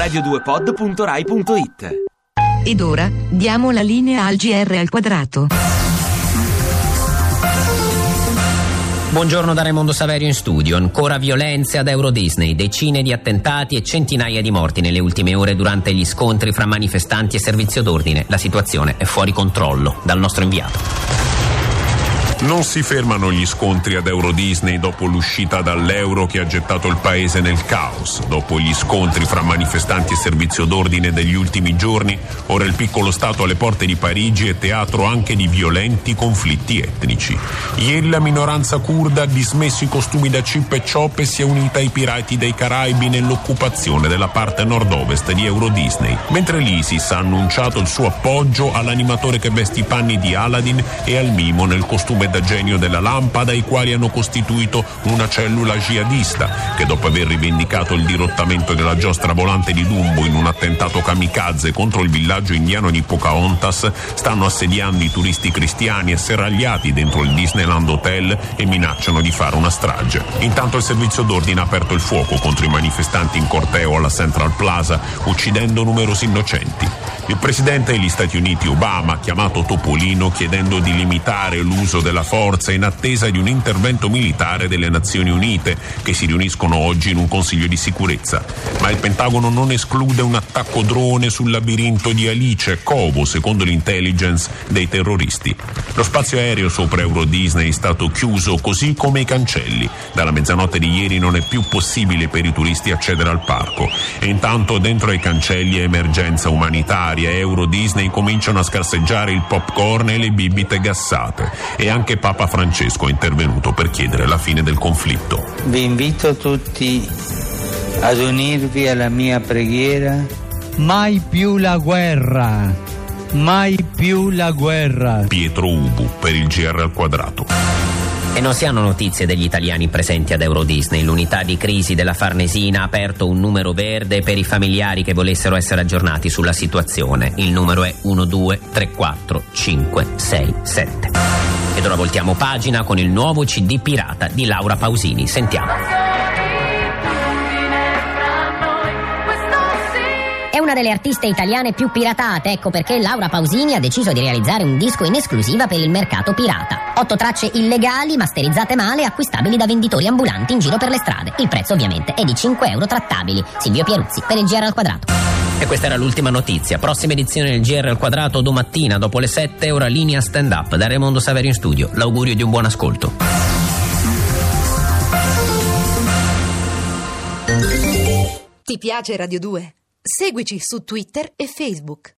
radio2pod.rai.it. Ed ora diamo la linea al GR al quadrato. Buongiorno da Raimondo Saverio in studio. Ancora violenze ad Euro Disney, decine di attentati e centinaia di morti nelle ultime ore durante gli scontri fra manifestanti e servizio d'ordine. La situazione è fuori controllo. Dal nostro inviato. Non si fermano gli scontri ad Euro Disney dopo l'uscita dall'euro che ha gettato il paese nel caos. Dopo gli scontri fra manifestanti e servizio d'ordine degli ultimi giorni, ora il piccolo stato alle porte di Parigi è teatro anche di violenti conflitti etnici. Ieri la minoranza curda ha dismesso i costumi da chip e chop e si è unita ai pirati dei Caraibi nell'occupazione della parte nord-ovest di Euro Disney, mentre l'ISIS ha annunciato il suo appoggio all'animatore che veste i panni di Aladdin e al mimo nel costume da genio della lampada, i quali hanno costituito una cellula jihadista che, dopo aver rivendicato il dirottamento della giostra volante di Dumbo in un attentato kamikaze contro il villaggio indiano di Pocahontas, stanno assediando i turisti cristiani asserragliati dentro il Disneyland Hotel e minacciano di fare una strage. Intanto il servizio d'ordine ha aperto il fuoco contro i manifestanti in corteo alla Central Plaza, uccidendo numerosi innocenti. Il presidente degli Stati Uniti Obama ha chiamato Topolino chiedendo di limitare l'uso della forza in attesa di un intervento militare delle Nazioni Unite che si riuniscono oggi in un Consiglio di sicurezza. Ma il Pentagono non esclude un attacco drone sul labirinto di Alice, covo, secondo l'intelligence, dei terroristi. Lo spazio aereo sopra Euro Disney è stato chiuso, così come i cancelli. Dalla mezzanotte di ieri non è più possibile per i turisti accedere al parco. E intanto dentro ai cancelli è emergenza umanitaria. Euro Disney cominciano a scarseggiare il popcorn e le bibite gassate. E anche Papa Francesco è intervenuto per chiedere la fine del conflitto. Vi invito tutti ad unirvi alla mia preghiera. Mai più la guerra, mai più la guerra. Pietro Ubu per il GR al quadrato. E non si hanno notizie degli italiani presenti ad Euro Disney. L'unità di crisi della Farnesina ha aperto un numero verde per i familiari che volessero essere aggiornati sulla situazione. Il numero è 1234567. Ed ora voltiamo pagina con il nuovo CD pirata di Laura Pausini. Sentiamo. È una delle artiste italiane più piratate, ecco perché Laura Pausini ha deciso di realizzare un disco in esclusiva per il mercato pirata. 8 tracce illegali, masterizzate male, acquistabili da venditori ambulanti in giro per le strade. Il prezzo ovviamente è di 5 euro trattabili. Silvio Pieruzzi per il GR al quadrato. E questa era l'ultima notizia. Prossima edizione del GR al quadrato domattina dopo le 7, ora linea stand up da Raimondo Saverio in studio. L'augurio di un buon ascolto. Ti piace Radio 2? Seguici su Twitter e Facebook.